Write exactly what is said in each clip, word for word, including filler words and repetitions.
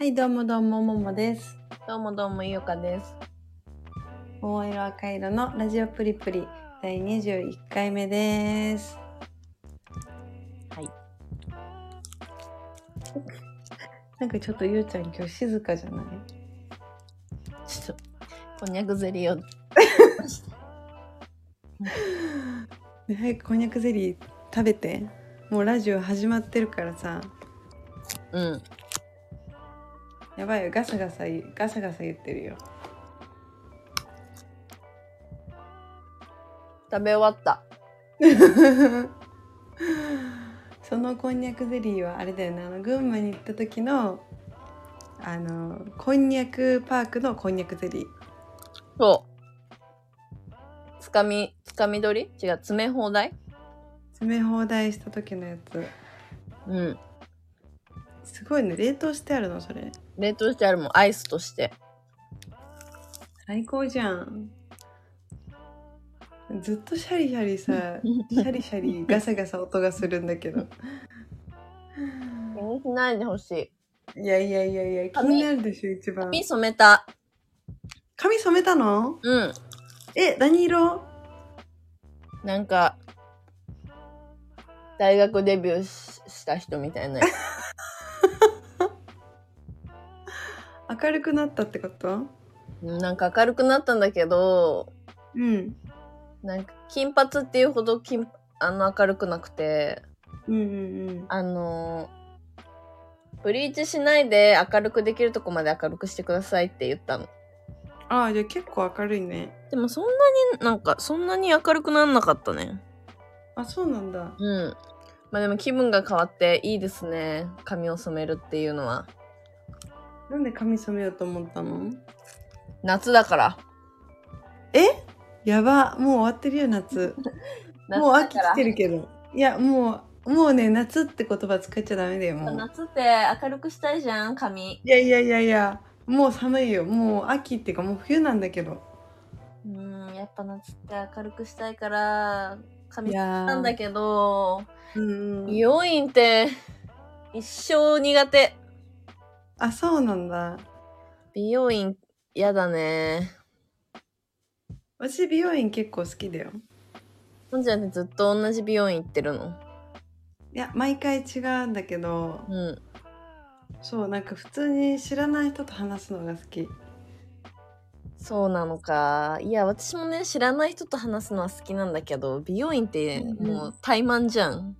はい、どうもどうも、ももです。 どうもどうも、ゆうかです。 桃色赤色のラジオプリプリだいにじゅういっかいめです。 はい。 なんかちょっとゆうちゃん今日静かじゃない？ ちょっと、こんにゃくゼリーを。 ね、早くこんにゃくゼリー食べて。もうラジオ始まってるからさ。 うん。 やばいよ、ガサガサガサガサ言ってるよ。 食べ終わった。 そのこんにゃくゼリーはあれだよね、あの群馬に行った時のあのこんにゃくパークのこんにゃくゼリー。 そう。つかみ、つかみ取り？違う、詰め放題？ 詰め放題した時のやつ。 うん。 すごいね、冷凍してあるのそれ。 冷凍してあるもん、アイスとして。 最高じゃん。ずっとシャリシャリさ、シャリシャリガサガサ音がするんだけど。 気にしないでほしい。いやいやいやいや、気になるでしょ一番。 髪染めた。 髪染めたの？ うん。 え、何色？ なんか、大学デビュー し, した人みたいな。 明るくなったってこと？ なんか明るくなったんだけど、 うん。 なんか金髪っていうほど金あの明るくなくて、 うんうんうん。 あのブリーチしないで明るくできるとこまで明るくしてくださいって言ったの。 ああ、じゃあ結構明るいね。 でもそんなになんかそんなに明るくなんなかったね。 あ、そうなんだ。 うん。まあでも気分が変わっていいですね。髪を染めるっていうのは。 なんで髪染めようと思ったの？ 夏だから。 え？やば、もう終わってるよ夏。もう秋来てるけど。いや、もうもうね、夏って言葉使っちゃダメだよ。もう夏って明るくしたいじゃん、髪。 いやいやいやいや、もう寒いよ。もう秋っていうかもう冬なんだけど。 うーん、やっぱ夏って明るくしたいから髪なんだけど、 うん、 美容院って一生苦手。 あ、そうなんだ。 美容院やだね。 私美容院結構好きだよ。 ほんじゃってずっと同じ美容院行ってるの？ いや、毎回違うんだけど、 うん。 そう、なんか普通に知らない人と話すのが好き。 そうなのか。いや、私もね、知らない人と話すのは好きなんだけど、美容院ってもう怠慢じゃん。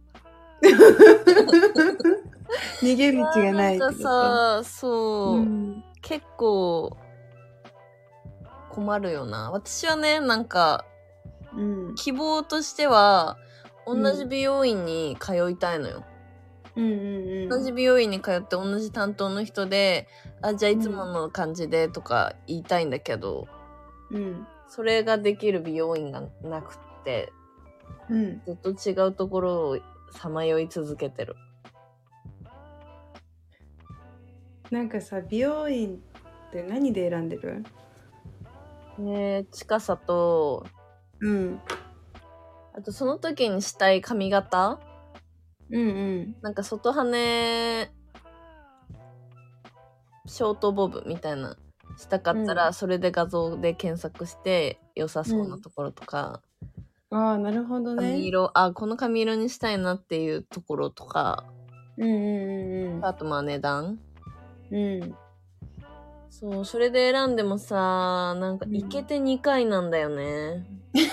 逃げ道がないってこと。 なんかさ、そう、うん、結構困るよな。私はね、なんか、うん、希望としては、同じ美容院に通いたいのよ。うんうんうん、同じ美容院に通って同じ担当の人で、あ、じゃあいつもの感じでとか言いたいんだけど、うん、それができる美容院がなくって、うん、ずっと違うところをさまよい続けてる。 なんかさ、美容院って何で選んでる？ ね、近さと、うん、あとその時にしたい髪型、うんうん、なんか外羽ショートボブみたいなしたかったら、うん、それで画像で検索して良さそうなところとか、 うん、ああ、なるほどね。 髪色、あ、この髪色にしたいなっていうところとか、 うんうんうんうん、 あとまあ値段、うん、そう、それで選んでもさ、なんか行けてにかいなんだよね。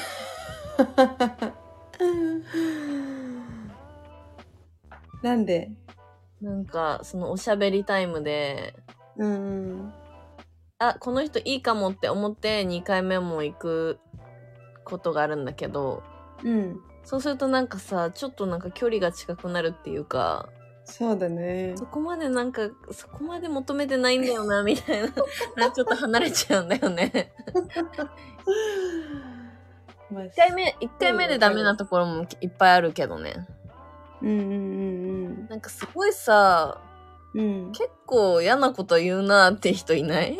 なんで？ なんかそのおしゃべりタイムで、うんうん、あ、この人いいかもって思ってにかいめも行くことがあるんだけど、うん、そうするとなんかさ、ちょっとなんか距離が近くなるっていうか、 そうだね。 そこまでなんかそこまで求めてないんだよなみたいな、ちょっと離れちゃうんだよね。まあ、いっかいめいっかいめでダメなところもいっぱいあるけどね。うんうんうんうん。なんかすごいさ、うん、結構嫌なこと言うなって人いない？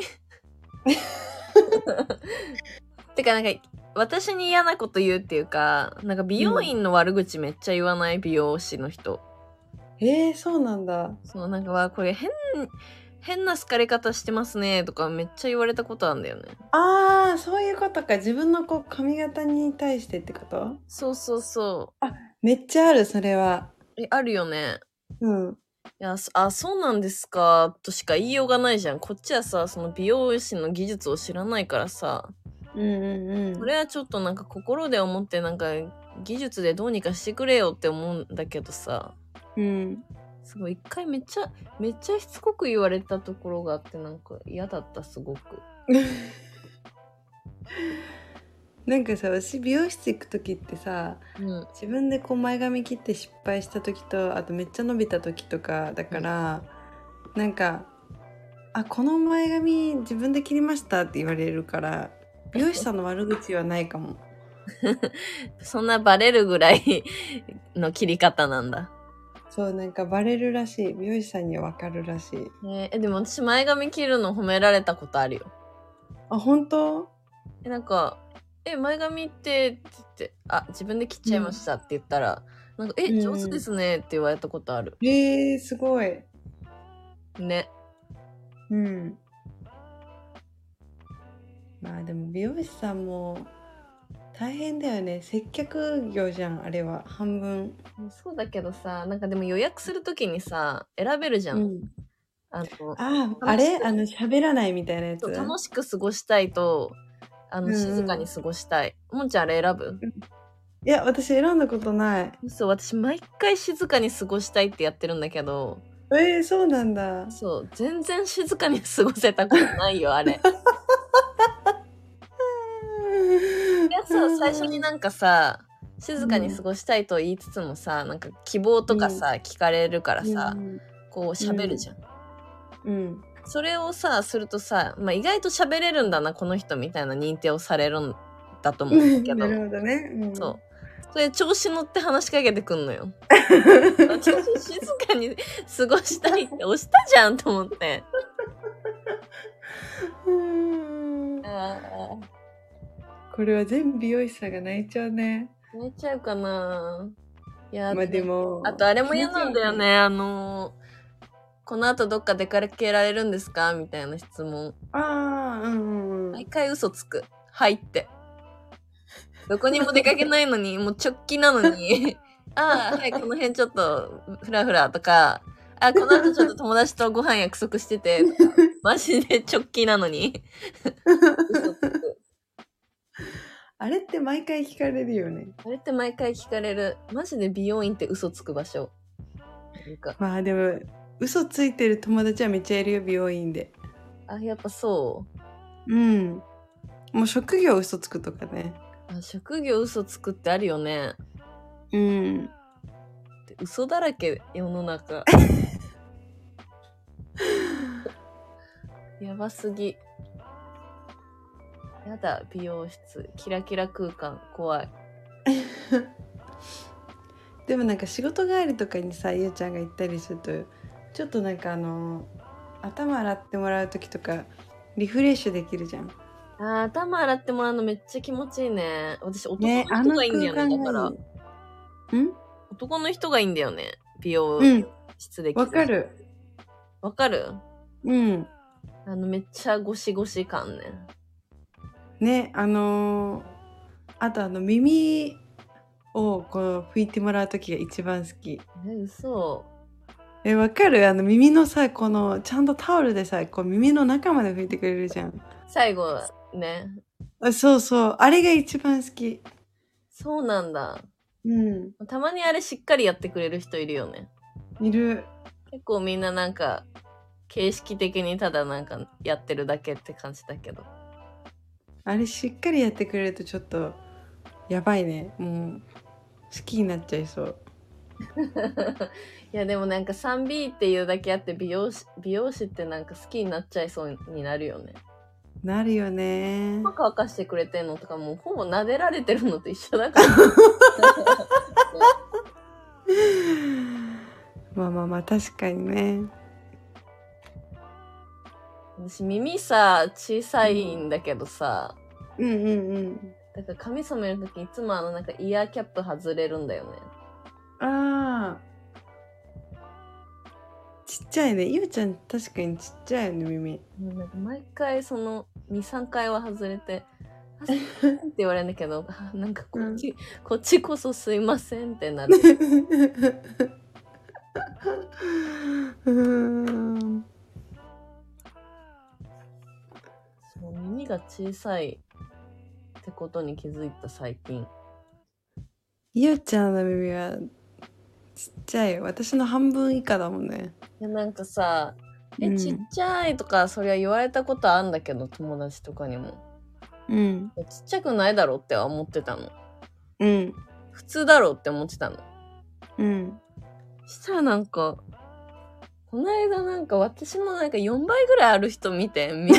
てかなんか私に嫌なこと言うっていうか、なんか美容院の悪口めっちゃ言わない？美容師の人。 えー、そうなんだ。 そう、なんかはこれ変変な好かれ方してますねとかめっちゃ言われたことあるんだよね。 ああ、そういうことか。自分のこう髪型に対してってこと？ そうそうそう。 あ、めっちゃある、それは。 え、あるよね。 うん。 いや、あ、そうなんですかとしか言いようがないじゃん。こっちはさ、その美容師の技術を知らないからさ。 うんうんうん。 それはちょっとなんか心で思ってなんか技術でどうにかしてくれよって思うんだけどさ。 うん。 すごい一回めっちゃ、めっちゃしつこく言われたところがあってなんか嫌だった、すごく。 なんかさ、私美容室行く時ってさ、うん、自分でこう前髪切って失敗した時と、あとめっちゃ伸びた時とかだから、うん、なんかあ、この前髪自分で切りましたって言われるから美容師さんの悪口はないかも。 そんなバレるぐらいの切り方なんだ。 そう、なんかバレるらしい。美容師さんにはわかるらしい。 えー、でも私前髪切るの褒められたことあるよ。 あ、本当？ え、なんかえ、前髪ってって言って、あ、自分で切っちゃいましたって言ったら、うん、なんか、え、上手ですねって言われたことある。 えー、すごい。 ね。 うん。まあでも美容師さんも大変だよね。接客業じゃん、あれは。半分。 そうだけどさ、なんかでも予約するときにさ、選べるじゃん。うん、 あの、あ、あれあの、喋らないみたいなやつ。 楽しく過ごしたいと、あの、静かに過ごしたい。もんちゃんあれ選ぶ？ いや、私選んだことない。 嘘、私毎回静かに過ごしたいってやってるんだけど。 えー、そうなんだ。 そう、全然静かに過ごせたことないよ、あれ。いや、そう、最初になんかさ、静かに過ごしたいと言いつつもさ、うん、なんか希望とかさ、うん、聞かれるからさ、うん、こう喋るじゃん。うん。うん、それをさ、するとさ、まあ、意外と喋れるんだな、この人みたいな認定をされるんだと思うんだけど。 なるほどね。うん、 そう。それ調子乗って話しかけてくんのよ。私静かに過ごしたいって押したじゃんと思って。 あこれは全部美容師さんが泣いちゃうね。 泣いちゃうかな。いや、 まあでも。 あとあれも嫌なんだよね。あの、この後どっか出かけられるんですかみたいな質問。 ああ、うんうんうん。 毎回嘘つく。はいって。どこにも出かけないのに、もう直帰なのに、ああ、はい、この辺ちょっと、ふらふらとか、あ、この後ちょっと友達とご飯約束してて、とか、マジで直帰なのに。嘘つく。 あれって毎回聞かれるよね。 あれって毎回聞かれる。マジで美容院って嘘つく場所。 まあでも、嘘ついてる友達はめっちゃいるよ、美容院で。 あ、やっぱそう。 うん。もう職業嘘つくとかね。 あ、職業嘘つくってあるよね。 うん。 嘘だらけ、世の中。やばすぎ。やだ、美容室。キラキラ空間、怖い。 でもなんか仕事帰りとかにさ、ゆうちゃんが行ったりすると、ちょっとなんかあの、頭洗ってもらう時とか、リフレッシュできるじゃん。 あ、頭洗ってもらうのめっちゃ気持ちいいね。私、男の人がいいんだよね、ねだから。ん男の人がいいんだよね。美容室で。 わ、うん、かる。 わかる？ うん。 あの、めっちゃゴシゴシ感ね。 ね、あのー、あとあの、耳をこう拭いてもらう時が一番好き。 え、嘘。 え、わかる？あの、耳のさ、この、ちゃんとタオルでさ、こう耳の中まで拭いてくれるじゃん。 最後ね。 あ、そうそう。あれが一番好き。 そうなんだ。 うん。 たまにあれしっかりやってくれる人いるよね。 いる。 結構みんななんか、形式的にただなんかやってるだけって感じだけど。 あれしっかりやってくれるとちょっと、やばいね。もう、好きになっちゃいそう。 いやでもなんか スリービー っていうだけあって美容師、美容師ってなんか好きになっちゃいそうになるよね。 なるよね。 ま乾かしてくれてんのとかもうほぼ撫でられてるのと一緒だから。 まあまあまあ確かにね。 私耳さ小さいんだけどさ。 うんうんうん。 だから髪染めるときいつもあのなんかイヤーキャップ外れるんだよね。 ああ。ちっちちゃいね。ゆうちゃん確かにちっちゃいよね、耳。 なんか毎回そのに、さんかいは外れて、あすいませんって言われるんだけど、なんかこっち、うん、こっちこそすいませんってなる。うーん。そう、耳が小さいってことに気づいた最近。 ゆうちゃんの耳はちっちゃいよ。私の半分以下だもんね。 いやなんかさ、え、うん、ちっちゃいとかそりゃ言われたことあんだけど、友達とかにも。うん。ちっちゃくないだろって思ってたの。うん。普通だろって思ってたの。うん。したらなんか、この間なんか私のなんかよんばいぐらいある人見て、み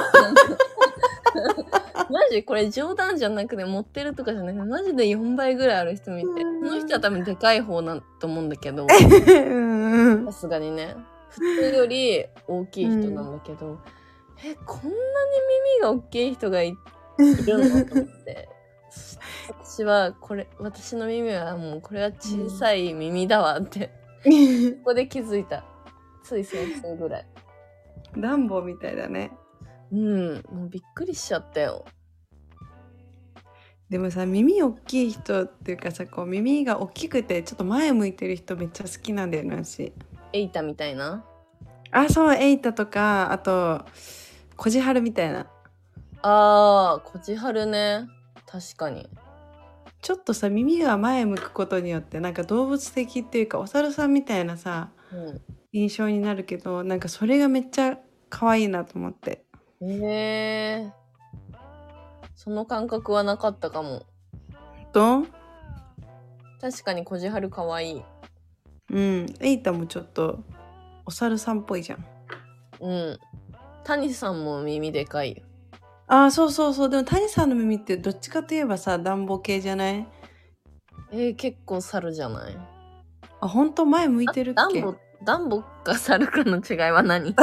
マジこれ冗談じゃなくて持ってるとかじゃなくて、マジでよんばいぐらいある人見て、この人は多分でかい方だと思うんだけど、さすがにね、普通より大きい人なんだけど、うん、え、こんなに耳が大きい人が い, いるのと思って、私はこれ、私の耳はもうこれは小さい耳だわって、うん、ここで気づいた。つい先週ぐらい。 ダンボみたいだね。 うん、もうびっくりしちゃったよ。 でもさ、耳大きい人っていうかさ、こう耳が大きくてちょっと前向いてる人めっちゃ好きなんだよね、私。 エイタみたいな。 あ、そう、エイタとか、あとコジハルみたいな。 あー、コジハルね。確かに。 ちょっとさ、耳が前向くことによってなんか動物的っていうかお猿さんみたいなさ、うん、印象になるけど、なんかそれがめっちゃ可愛いなと思って。 へえー、その感覚はなかったかも。 と確かにコジハル可愛い。 うん、エイタもちょっとお猿さんっぽいじゃん。 うん。谷さんも耳でかいよ。 ああ、そうそうそう。でも谷さんの耳ってどっちかといえばさ、ダンボ系じゃない？ えー、結構猿じゃない？ あ、ほんと前向いてるっけ？ ダンボ、ダンボか猿かの違いは何？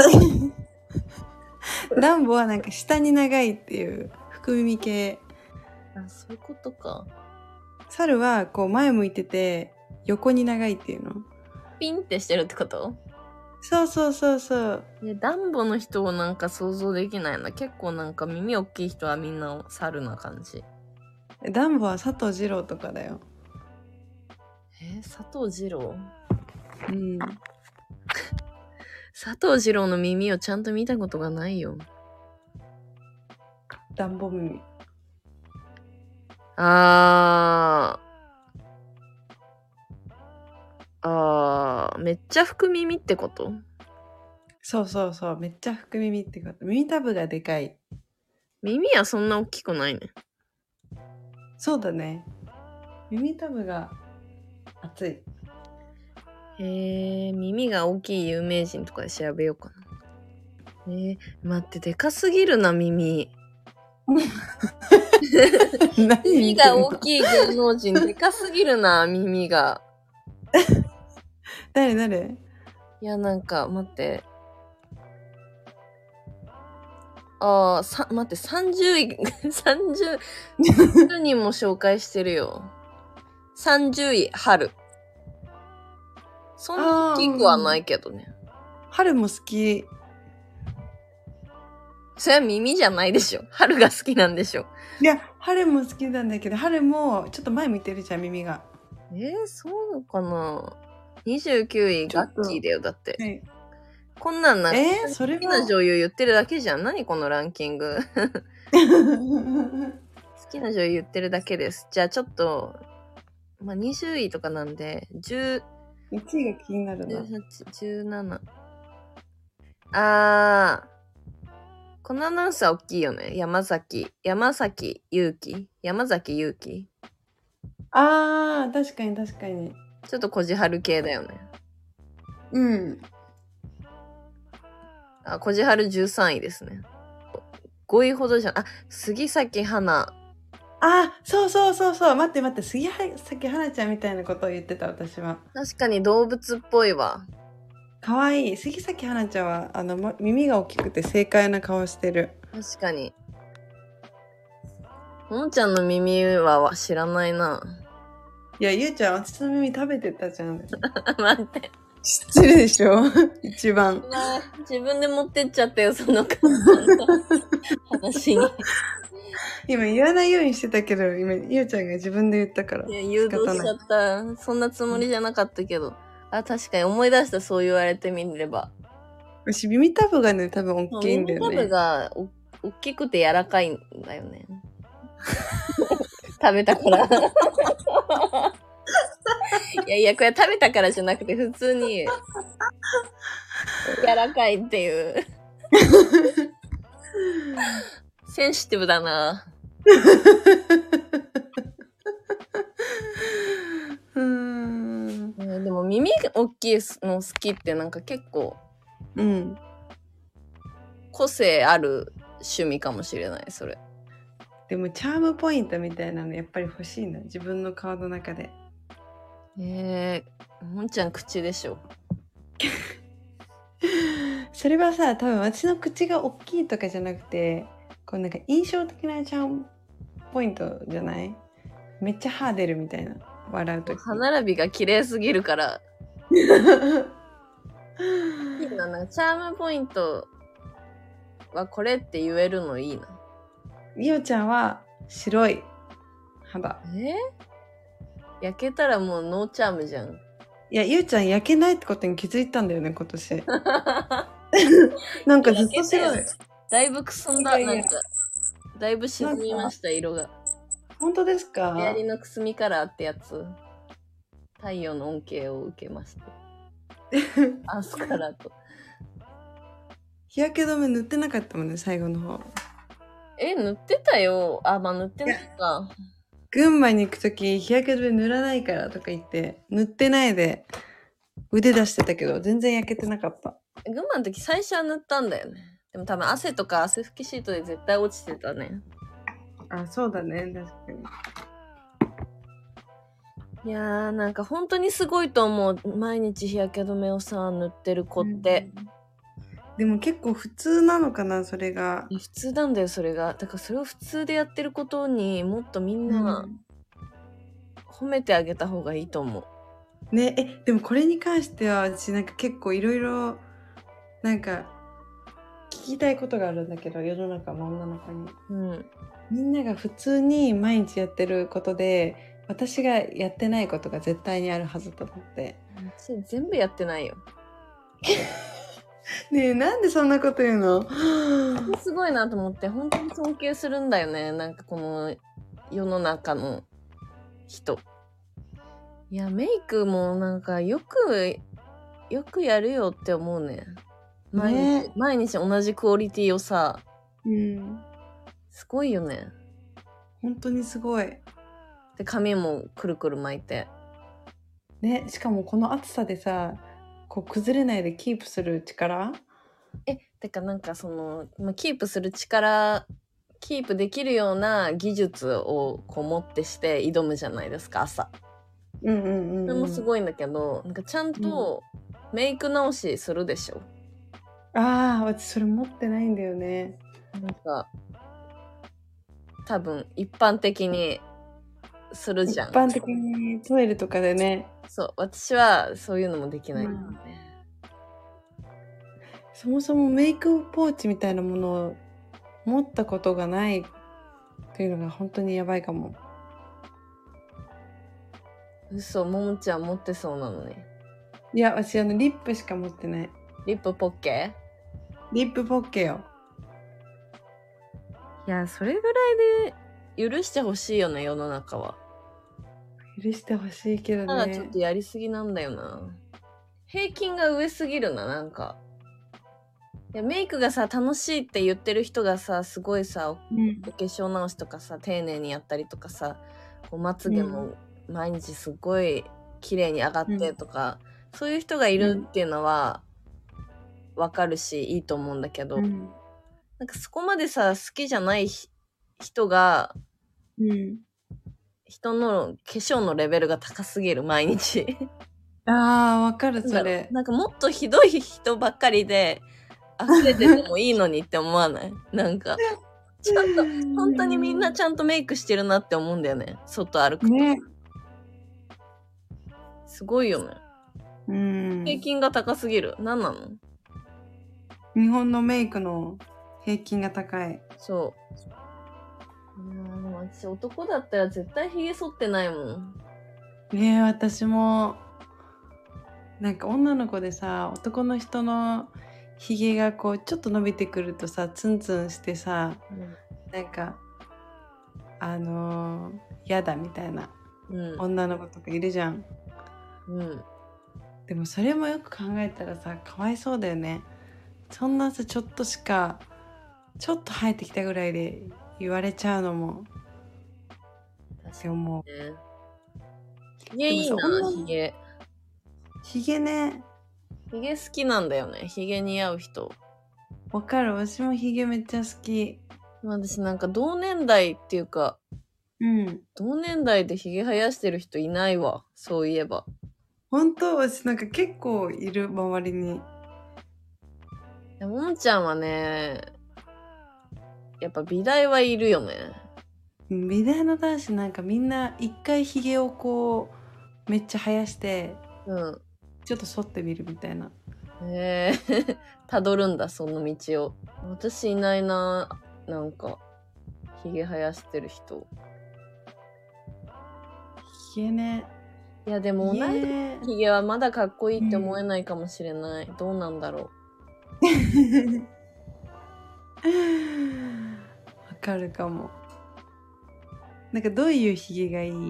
ダンボはなんか下に長いっていう福耳系。 あ、そういうことか。 猿はこう前向いてて横に長いっていうの？ ピンってしてるってこと？ そうそうそうそう。 で、ダンボの人をなんか想像できないな。結構なんか耳大きい人はみんな猿な感じ。 ダンボは佐藤二郎とかだよ。 えー、佐藤二郎？ うん。 佐藤二郎の耳をちゃんと見たことがないよ。 ダンボ耳。 あー。あー、めっちゃ福耳ってこと？ そうそうそう、めっちゃ福耳ってこと。耳たぶがでかい。 耳はそんな大きくないね。 そうだね。耳たぶが厚い。 へえ、耳が大きい有名人とかで調べようかな。えー、待って、でかすぎるな、耳。耳が大きい芸能人、でかすぎるな、耳が。 誰誰？ いや、なんか、待って。ああ、さ、待って、さんじゅうい、さんじゅう、さんじゅうにんも紹介してるよ。さんじゅうい、春。そんな大きくはないけどね。 春も好き。 それは耳じゃないでしょ。春が好きなんでしょ。 いや、春も好きなんだけど、春もちょっと前向いてるじゃん、耳が。 えー、そうかな。にじゅうきゅうい、ガッキーだよ、だって。はい、こんなんな、 えー、それは好きな女優言ってるだけじゃん。何このランキング。好きな女優言ってるだけです。じゃあちょっと、まあ、にじゅういとかなんで、じゅう、 いちいが気になるな。 じゅうはち、じゅうなな。あー。このアナウンサー大きいよね。山崎、山崎祐希山崎祐希あー、確かに確かに。 ちょっとこじはる系だよね。 うん。 あ、こじはるじゅうさんいですね。ごいほどじゃん。あ、杉咲花。 あ、そうそうそうそう。待って待って。杉咲花ちゃんみたいなことを言ってた、私は。 確かに動物っぽいわ。 かわいい。杉咲花ちゃんはあの、ま、耳が大きくて正解な顔してる。 確かに。ももちゃんの耳は知らないな。 いや、ゆうちゃん、私の耳食べてたじゃん。 待って。 知ってるでしょ一番。 自分で持ってっちゃったよ、その話に。 今言わないようにしてたけど、今、ゆうちゃんが自分で言ったから。 いや、誘導しちゃった。そんなつもりじゃなかったけど。あ、確かに思い出した、そう言われてみれば。 私、耳たぶがね、多分大きいんだよね。 耳たぶがお大きくて柔らかいんだよね。食べたから。いやいや、これ食べたからじゃなくて、普通に、柔らかいっていう。センシティブだな。うーん。でも耳が大きいの好きってなんか結構、うん。個性ある趣味かもしれない、それ。 でもチャームポイントみたいなのやっぱり欲しいな、自分の顔の中で。 えー、もんちゃん口でしょ。 それはさ、多分私の口が大きいとかじゃなくて、こうなんか印象的なチャームポイントじゃない？めっちゃ歯出るみたいな、笑うとき。 歯並びが綺麗すぎるから。いいな、なんかチャームポイントはこれって言えるのいいな。 みおちゃんは白い肌。 え？焼けたらもうノーチャームじゃん。 いや、ゆうちゃん焼けないってことに気づいたんだよね、今年。なんかずっと白い。 だいぶくすんだ、なんか。だいぶ沈みました、色が。 本当ですか？ 流行りのくすみカラーってやつ。太陽の恩恵を受けました。アスカラと。 日焼け止め塗ってなかったもんね、最後の方。 え、塗ってたよ。あ、まあ塗ってないか。 群馬に行くとき日焼け止め塗らないからとか言って塗ってないで腕出してたけど全然焼けてなかった。 群馬の時最初は塗ったんだよね。でも多分汗とか汗拭きシートで絶対落ちてたね。 あ、そうだね、確かに。いやーなんか本当にすごいと思う。毎日日焼け止めをさ塗ってる子って、うん、 でも結構普通なのかな、それが。 普通なんだよ、それが。だからそれを普通でやってることにもっとみんな褒めてあげた方がいいと思う。 うん、ね、え、でもこれに関しては私なんか結構いろいろなんか聞きたいことがあるんだけど、世の中の女の子に。うん。みんなが普通に毎日やってることで、私がやってないことが絶対にあるはずと思って。 私全部やってないよ。 ねえ、なんでそんなこと言うの？ すごいなと思って、本当に尊敬するんだよね。なんかこの世の中の人。いや、メイクもなんかよく、よくやるよって思うね。毎日、ね、毎日同じクオリティをさ。うん。すごいよね。 本当にすごい。 で、髪もくるくる巻いて。 ね、しかもこの暑さでさ、こう崩れないでキープする力？ え、てかなんかその、まあ、キープする力、キープできるような技術をこう持ってして挑むじゃないですか、朝。うんうんうん、うん。それもすごいんだけど、なんかちゃんとメイク直しするでしょ。 うん、ああ、私それ持ってないんだよね。 なんか、多分一般的にするじゃん。 一般的にトイレとかでね。 そう、私はそういうのもできないんだよね、 うん。そもそもメイクポーチみたいなものを持ったことがないっていうのが本当にやばいかも。 嘘、ももちゃん持ってそうなのに。 いや、私あのリップしか持ってない。 リップポッケ？ リップポッケよ。 いや、それぐらいで許してほしいよね、世の中は。 許してほしいけどね。 ただちょっとやりすぎなんだよな。平均が上すぎるな、なんか。いや、メイクがさ、楽しいって言ってる人がさ、すごいさ、うん、お化粧直しとかさ、丁寧にやったりとかさ、こうまつげも毎日すごい綺麗に上がってとか、うん、そういう人がいるっていうのはわかるし、いいと思うんだけど、うん、なんかそこまでさ、好きじゃない人が、うん、人の化粧のレベルが高すぎる、毎日。 あー、わかる、それ。 なんかもっとひどい人ばっかりで、溢れててもいいのにって思わないなんか、ちゃんと、本当にみんなちゃんとメイクしてるなって思うんだよね。外歩くと。ね、すごいよね。 うん。 平均が高すぎる。何なの？ 日本のメイクの平均が高い。 そう。いやーでも私男だったら絶対ヒゲ剃ってないもん。 ねえ、私もなんか女の子でさ、男の人のヒゲがこうちょっと伸びてくるとさ、ツンツンしてさ、うん、なんかあのー、やだみたいな、うん、女の子とかいるじゃん。うん。でもそれもよく考えたらさ、かわいそうだよね。そんなさ、ちょっとしかちょっと生えてきたぐらいで言われちゃうのもって思う。 ヒゲいいな、ヒゲ。 ヒゲね。 ヒゲ好きなんだよね。ヒゲ似合う人。 わかる。私もヒゲめっちゃ好き。 私なんか同年代っていうか、うん。同年代でヒゲ生やしてる人いないわ。そういえば。 本当？私なんか結構いる、周りに。 もんちゃんはね、やっぱ美大はいるよね。 美大の男子なんかみんな一回ヒゲをこうめっちゃ生やして、うん、ちょっと剃ってみるみたいな。 へえー、たどるんだその道を。私いないな、なんかヒゲ生やしてる人。 ヒゲね。 いやでも同いヒゲはまだかっこいいって思えないかもしれない。うん、どうなんだろう。 わかるかも。なんかどういうヒゲがいい？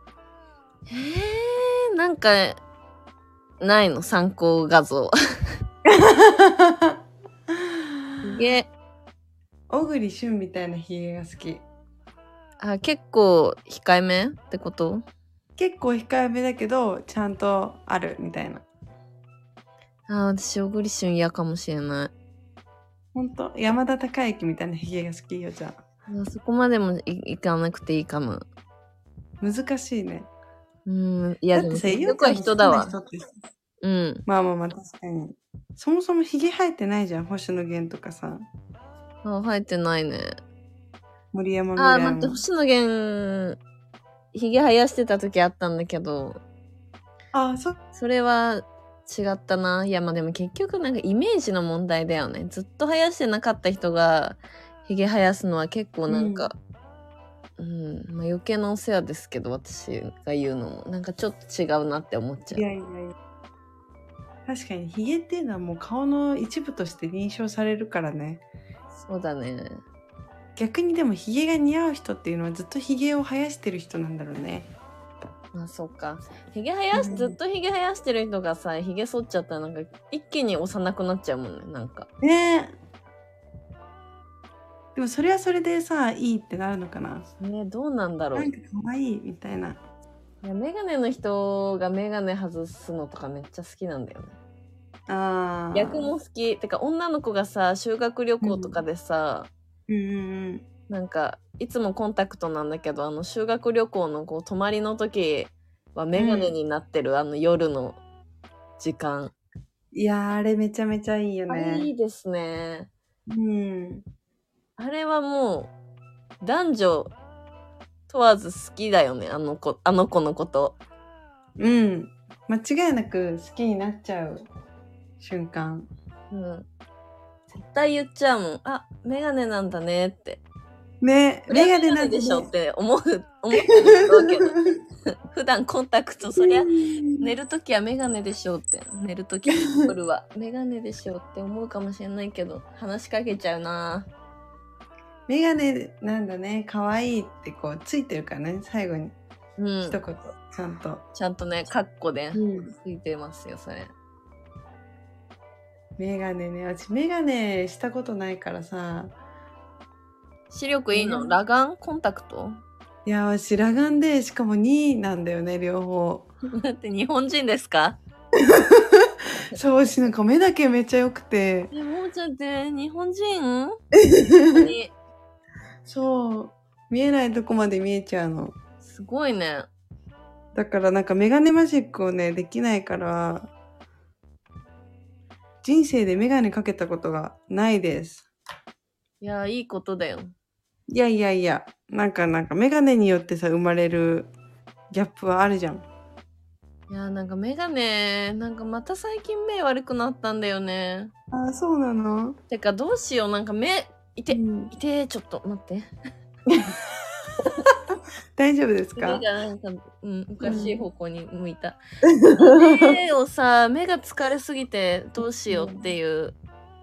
えー、なんかないの参考画像。ヒゲ。 小栗旬みたいなヒゲが好き。 あ、結構控えめってこと？ 結構控えめだけどちゃんとあるみたいな。 あ、私小栗旬嫌かもしれない。 ほんと？山田孝之みたいなヒゲが好きよ。じゃあ、そこまでも い, いかなくていいかも。 難しいね。 うん、いやだってさ、 よくは人だわ。うん。 まあまあまあ確かに。そもそもヒゲ生えてないじゃん、星野源とかさ。 あ、生えてないね。 森山未来も。 あ、待って、星野源ヒゲ生やしてた時あったんだけど。 あ、そそれは違ったな。いやまあでも結局なんかイメージの問題だよね。ずっと生やしてなかった人がヒゲ生やすのは結構なんか、うん、うん、まあ、余計なお世話ですけど、私が言うのもなんかちょっと違うなって思っちゃう。 いやいやいや。確かにヒゲっていうのはもう顔の一部として認証されるからね。 そうだね。 逆にでもヒゲが似合う人っていうのはずっとヒゲを生やしてる人なんだろうね。 あ、そっか。ヒゲ生やし、うん、ずっとヒゲ生やしてる人がさ、ヒゲ剃っちゃったらなんか一気に幼くなっちゃうもんね、なんか。 ねえ。でもそれはそれでさ、いいってなるのかな。 ね、どうなんだろう。 なんか可愛いみたいな。 いや、メガネの人がメガネ外すのとかめっちゃ好きなんだよね。ああ。逆も好き。てか女の子がさ、修学旅行とかでさ、うん、うんうん、なんかいつもコンタクトなんだけど、あの修学旅行のこう泊まりの時はメガネになってる、うん、あの夜の時間。 いやー、あれめちゃめちゃいいよね。 あれいいですね。うん。あれはもう男女問わず好きだよね、あの子、あの子のこと。 うん。間違いなく好きになっちゃう瞬間。 うん。絶対言っちゃうもん。あ、メガネなんだねって。 ね、 メガネなんでしょって思う、思ってるわけど。普段コンタクト、そりゃ寝るときはメガネでしょって。寝るとき夜はメガネでしょって思うかもしれないけど、話しかけちゃうな。 メガネなんだね、可愛いってこうついてるからね、最後に。うん。一言、ちゃんと。 ちゃんとね、カッコで、うん、ついてますよ、それ。 メガネね、私メガネしたことないからさ。 視力いいの？裸眼？コンタクト？ いや、私裸眼で、しかもになんだよね、両方。 だって日本人ですか？ そう、私なんか目だけめっちゃ良くて。 え、もうちゃんって日本人？ そう、見えないとこまで見えちゃうの。 すごいね。 だからなんかメガネマジックをね、できないから、人生でメガネかけたことがないです。 いや、いいことだよ。 いやいやいや、なんかなんかメガネによってさ、生まれるギャップはあるじゃん。 いやーなんか目がね、なんかまた最近目悪くなったんだよね。 あ、そうなの？ てかどうしよう、なんか目、いて、うん、いて、ちょっと待って。 大丈夫ですか？ 目がなんか、うん、おかしい方向に向いた。うん、目をさ、目が疲れすぎてどうしようっていう。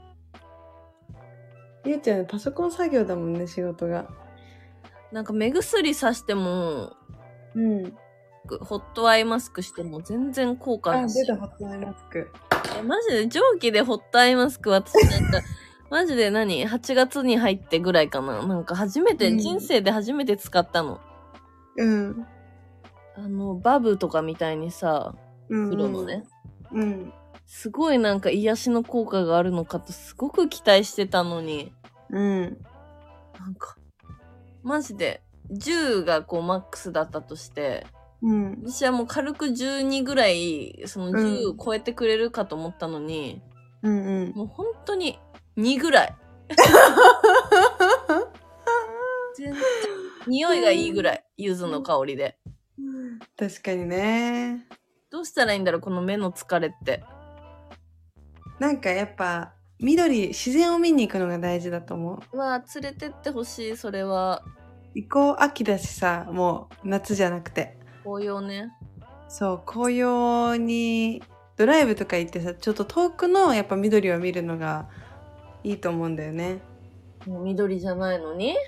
ゆうちゃんパソコン作業だもんね、仕事が。 なんか目薬さしても、うん。ホットアイマスクしても全然効果ない。 あ、出た、ホットアイマスク。 え、マジで蒸気でホットアイマスク私なんか、マジで何 ?はち 月に入ってぐらいかな。なんか初めて、うん、人生で初めて使ったの。うん。あの、バブとかみたいにさ、プロのね。うん。すごいなんか癒しの効果があるのかとすごく期待してたのに。うん。なんか、マジで、じゅうがこうマックスだったとして、うん、私はもう軽くじゅうにぐらい、そのじゅうを超えてくれるかと思ったのに、うんうん、もう本当ににぐらい。全然匂いがいいぐらい、柚子の香りで。 確かにね。 どうしたらいいんだろう、この目の疲れって。 なんかやっぱ、緑、自然を見に行くのが大事だと思う。わぁ、連れてってほしい、それは。 行こう、秋だしさ、もう夏じゃなくて。 紅葉ね。 そう、紅葉にドライブとか行ってさ、ちょっと遠くのやっぱ緑を見るのがいいと思うんだよね。 もう緑じゃないのに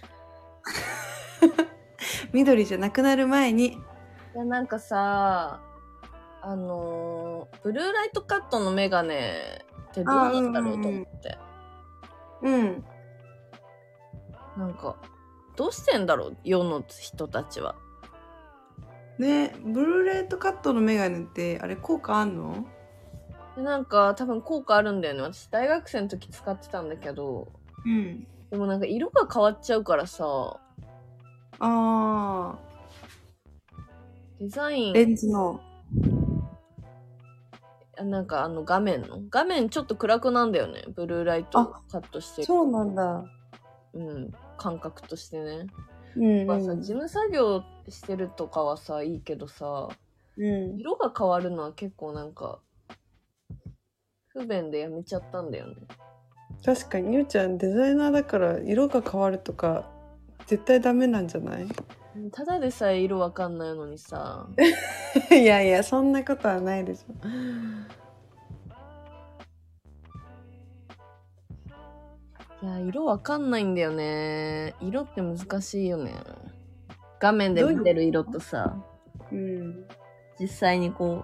緑じゃなくなる前に。いや、なんかさ、あのー、ブルーライトカットのメガネってどうなんだろうと思って。うん、うん。なんか、どうしてんだろう、世の人たちは。 ね、ブルーレイトカットのメガネってあれ効果あんの？ なんか多分効果あるんだよね。私大学生の時使ってたんだけど、うん。でもなんか色が変わっちゃうからさ。あー。デザイン。 レンズの。 なんかあの画面の画面ちょっと暗くなんだよね。ブルーライトカットしてる。 そうなんだ。 うん。感覚としてね。うんうん、さ事務作業してるとかはさいいけどさ、うん、色が変わるのは結構なんか不便でやめちゃったんだよね。 確かにゆうちゃんデザイナーだから色が変わるとか絶対ダメなんじゃない？ ただでさえ色わかんないのにさいやいやそんなことはないでしょ。 いや色わかんないんだよね。色って難しいよね。画面で見てる色とさ、うん、実際にこ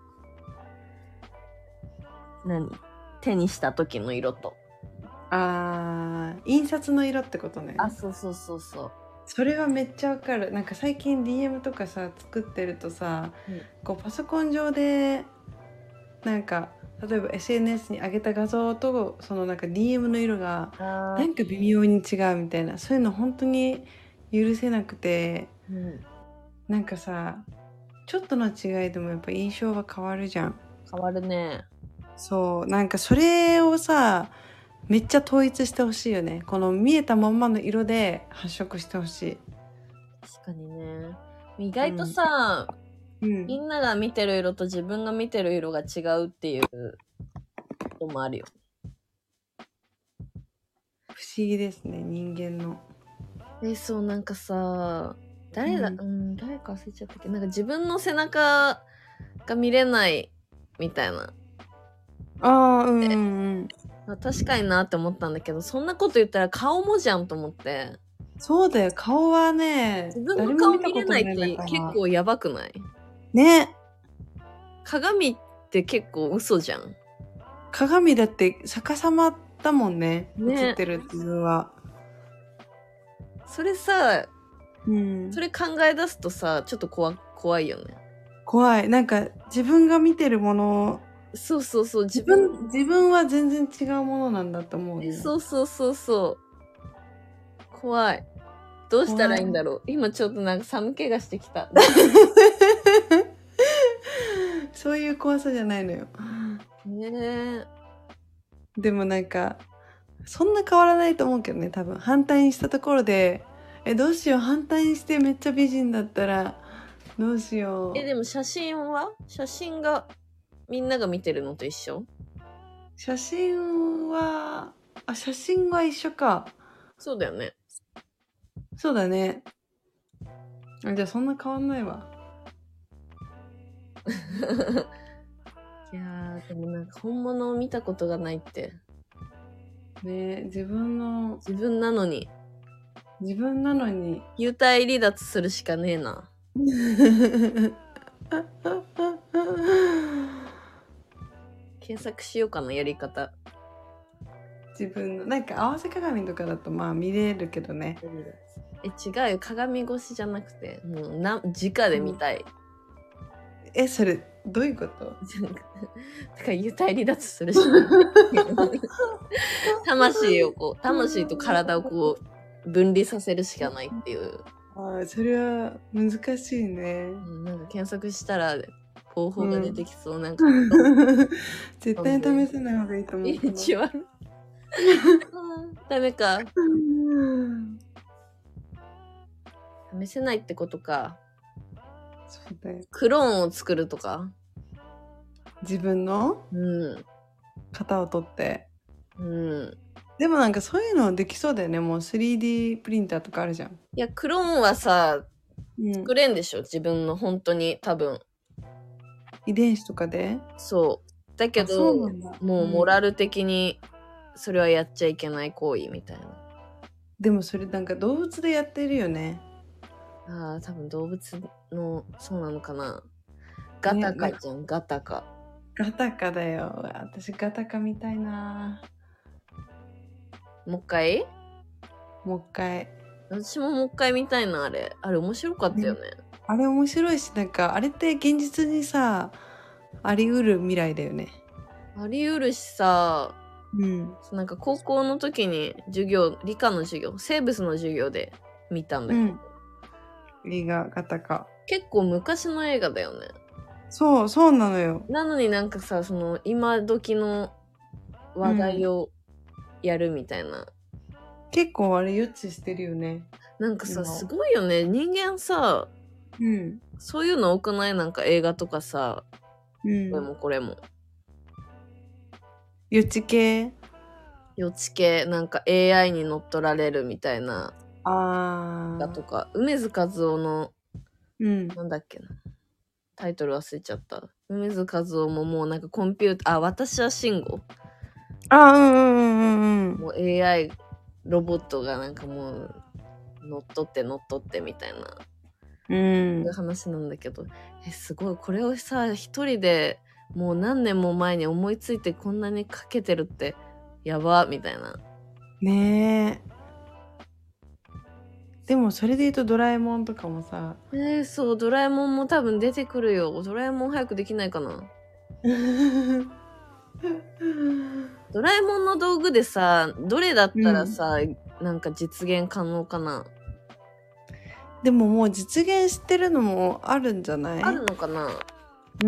う何手にした時の色と、 あー印刷の色ってことね。 あ、そうそうそうそう。 それはめっちゃわかる。なんか最近 ディーエム とかさ作ってるとさ、うん、こうパソコン上でなんか例えば エスエヌエス に上げた画像とそのなんか ディーエム の色がなんか微妙に違うみたいな、そういうの本当に許せなくて、うん、なんかさちょっとの違いでもやっぱ印象は変わるじゃん。 変わるね。 そうなんかそれをさめっちゃ統一してほしいよね。この見えたまんまの色で発色してほしい。 確かにね。意外とさ、うん、みんなが見てる色と自分が見てる色が違うっていうこともあるよ。 不思議ですね、人間の。 え、そうなんかさ、誰だ、うん、うん、誰か忘れちゃったっけど、なんか自分の背中が見れないみたいな。 ああ、うんうんうん。確かになって思ったんだけど、そんなこと言ったら顔もじゃんと思って。 そうだよ、顔はね、 自分の顔見れないって結構やばくないね。 鏡って結構嘘じゃん。 鏡だって逆さまだもんね、ね、映ってる自分は。 それさ、うん、それ考え出すとさ、ちょっと怖怖いよね。 怖い。なんか自分が見てるもの、 そうそうそう、 自分自分は全然違うものなんだと思うね。 そうそうそうそう。怖い。どうしたらいいんだろう。今ちょっとなんか寒気がしてきた。 そういう怖さじゃないのよ。 ねえ。 でもなんかそんな変わらないと思うけどね、多分反対にしたところで、えどうしよう反対にしてめっちゃ美人だったらどうしよう。 え、でも写真は写真がみんなが見てるのと一緒？ 写真は、あ、写真は一緒か。 そうだよね。 そうだね。あ、じゃあそんな変わんないわ。 いやー、でもなんか本物を見たことがないって。 ねえ、自分の、 自分なのに。 自分なのに。 幽体離脱するしかねえな。検索しようかな、やり方。 自分の、なんか合わせ鏡とかだとまあ見れるけどね。 え、違うよ。鏡越しじゃなくて、もうな、直で見たい。 うん、え、それ、どういうこと？ だから幽体離脱するし魂をこう、魂と体をこう、分離させるしかないっていう。 ああ、それは難しいね。 うん、なんか検索したら、方法が出てきそう。うん、なんか。 絶対に試せない方がいいと思う。 一番。ダメか。試せないってことか。 そうだよ。 クローンを作るとか。 自分のうん。 型を取って。 うん。 でもなんかそういうのできそうだよね。もう スリーディー プリンターとかあるじゃん。 いや、クローンはさ、 うん、 作れんでしょ、自分の本当に多分。 遺伝子とかで？ そう。だけど、もうモラル的にそれはやっちゃいけない行為みたいな。 でもそれなんか動物でやってるよね。 ああ、多分動物の、そうなのかな。ガタカじゃん、ね、ガタカ。 ガタカだよ。私ガタカみたいな。 もう一回もう一回。 私ももう一回見たいな、あれ。あれ面白かったよね。ね、 あれ面白いし、なんかあれって現実にさ、あり得る未来だよね。 あり得るしさ、 うん。 なんか高校の時に授業、理科の授業、生物の授業で見たんだけど。 うん、映画ガタカ。 結構昔の映画だよね。 そう、そうなのよ。 なのになんかさ、その今時の話題をやるみたいな。うん、 結構あれ予知してるよね。 なんかさ、すごいよね。人間さ、 うん、 そういうの多くない？なんか映画とかさ、 うん、 これもこれも。 予知系？ 予知系、なんか エーアイ に乗っ取られるみたいな。 あだとか、梅津和夫の、 うん、 なんだっけな。タイトル忘れちゃった。梅津和夫ももうなんかコンピューター、あ、私は慎吾。 あ、うんうんうんうん。 もう エーアイ、ロボットがなんかもう、乗っ取って乗っ取ってみたいな。 うん。 そういう話なんだけど、え、すごい、これをさ、一人でもう何年も前に思いついてこんなにかけてるって、やば、みたいな。 ねえ。でもそれで言うとドラえもんとかもさ。 えー、そう、ドラえもんも多分出てくるよ。ドラえもん早くできないかな。ドラえもんの道具でさ、どれだったらさ、うん、なんか実現可能かな。 でももう実現してるのもあるんじゃない？ あるのかな。 うん。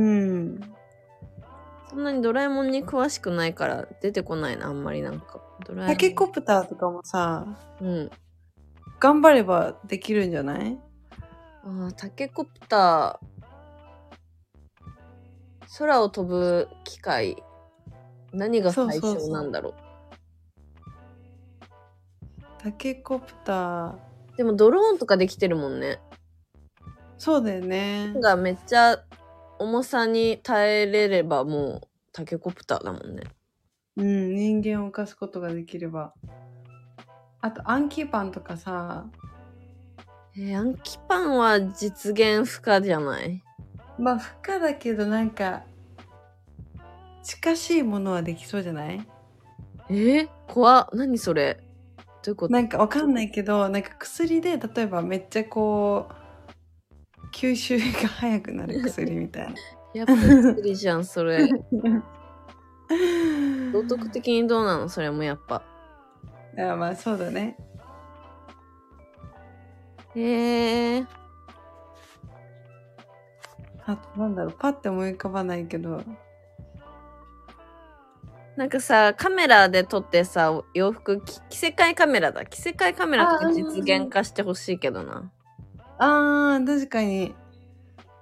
そんなにドラえもんに詳しくないから出てこないな、あんまりなんか。ドラえもん。 タケコプターとかもさ、 うん。 頑張ればできるんじゃない？ ああ、タケコプター。空を飛ぶ機械。何が最初なんだろう。そうそうそう。タケコプター。 でもドローンとかできてるもんね。 そうだよね。 がめっちゃ重さに耐えれればもうタケコプターだもんね。 うん、人間を動かすことができれば。あと暗記パンとかさ。 えー、暗記パンは実現不可じゃない？ まあ不可だけどなんか近しいものはできそうじゃない？ えー、怖っ。何それ？どういうこと？ なんかわかんないけど、なんか薬で例えばめっちゃこう吸収が早くなる薬みたいな。 やっぱ薬じゃんそれ。道徳的にどうなの？それもやっぱ。 いやまあそうだね。 へえー。 あとなんだろう、パッて思い浮かばないけど。 なんかさ、カメラで撮ってさ、洋服、着せ替えカメラだ。着せ替えカメラとか実現化してほしいけどな。 あー、確かに。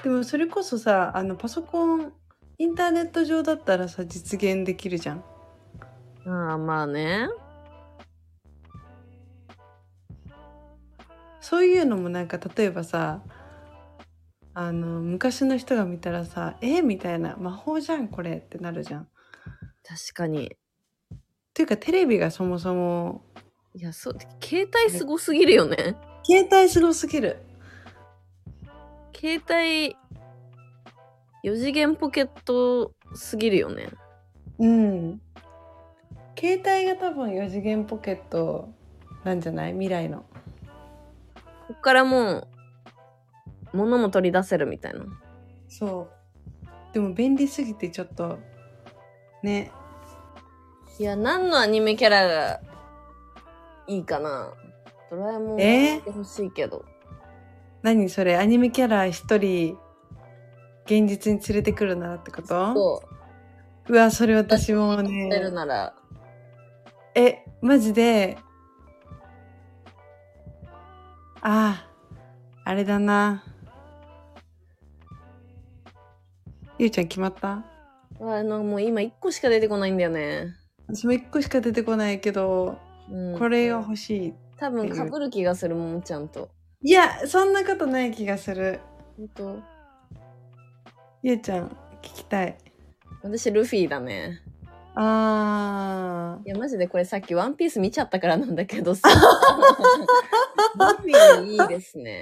でもそれこそさ、あのパソコン、インターネット上だったらさ、実現できるじゃん。 ああ、まあね。 そういうのもなんか例えばさ、あの昔の人が見たらさ、えみたいな、魔法じゃんこれってなるじゃん。 確かに。 っていうかテレビがそもそも、 いや、そう、携帯すごすぎるよね。 携帯すごすぎる。 携帯よ次元ポケットすぎるよね。 うん。携帯が多分よ次元ポケットなんじゃない？未来の。 こっからもう物も取り出せるみたいな。 そう。でも便利すぎてちょっとね。 いや、何のアニメキャラがいいかな。ドラえもんやってほしいけど。 えー、何それ、アニメキャラ一人現実に連れてくるならってこと？そう。うわ、それ私もね。 やるなら。 え、マジで。ああ、あれだな。ゆうちゃん決まった？ あの、もう今一個しか出てこないんだよね。 私も一個しか出てこないけど、うん、これが欲しい。 多分被る気がするもん、ちゃんと。 いや、そんなことない気がする。 ほんと？ ゆうちゃん、聞きたい。 私、ルフィだね。 あー。いや、マジでこれさっきワンピース見ちゃったからなんだけどさ。ルフィいいですね。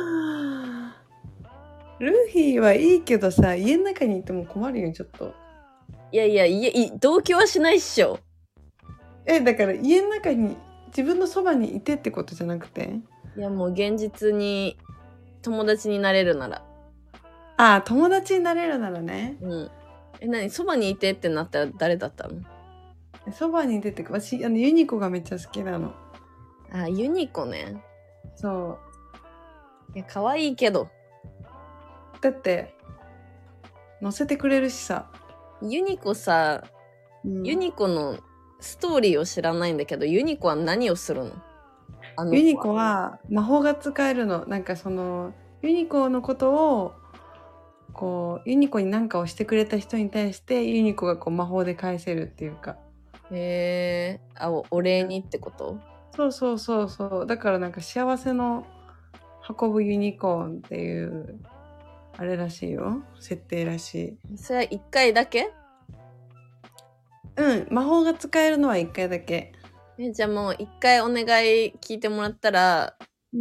ルフィはいいけどさ、家の中にいても困るよ、ちょっと。 いやいや、家、同居はしないっしょ。 え、だから家の中に、自分のそばにいてってことじゃなくて？ いや、もう現実に友達になれるなら。 ああ、友達になれるならね。 うん。え、何？そばにいてってなったら誰だったの？ そばにいてってか、私、あの、ユニコがめっちゃ好きなの。 あ、ユニコね。 そう。 いや、可愛いけど。 だって、乗せてくれるしさ。 ユニコさ、うん、ユニコのストーリーを知らないんだけど、ユニコは何をするの？ あのユニコは魔法が使えるの。なんかその、ユニコのことを、こう、ユニコに何かをしてくれた人に対して、ユニコがこう魔法で返せるっていうか。 へえ、あ、お礼にってこと？ そうそうそうそう。だからなんか幸せの運ぶユニコーンっていう、あれらしいよ。設定らしい。それは一回だけ？ うん、魔法が使えるのは一回だけ。 え、じゃあもう一回お願い聞いてもらったら、うん。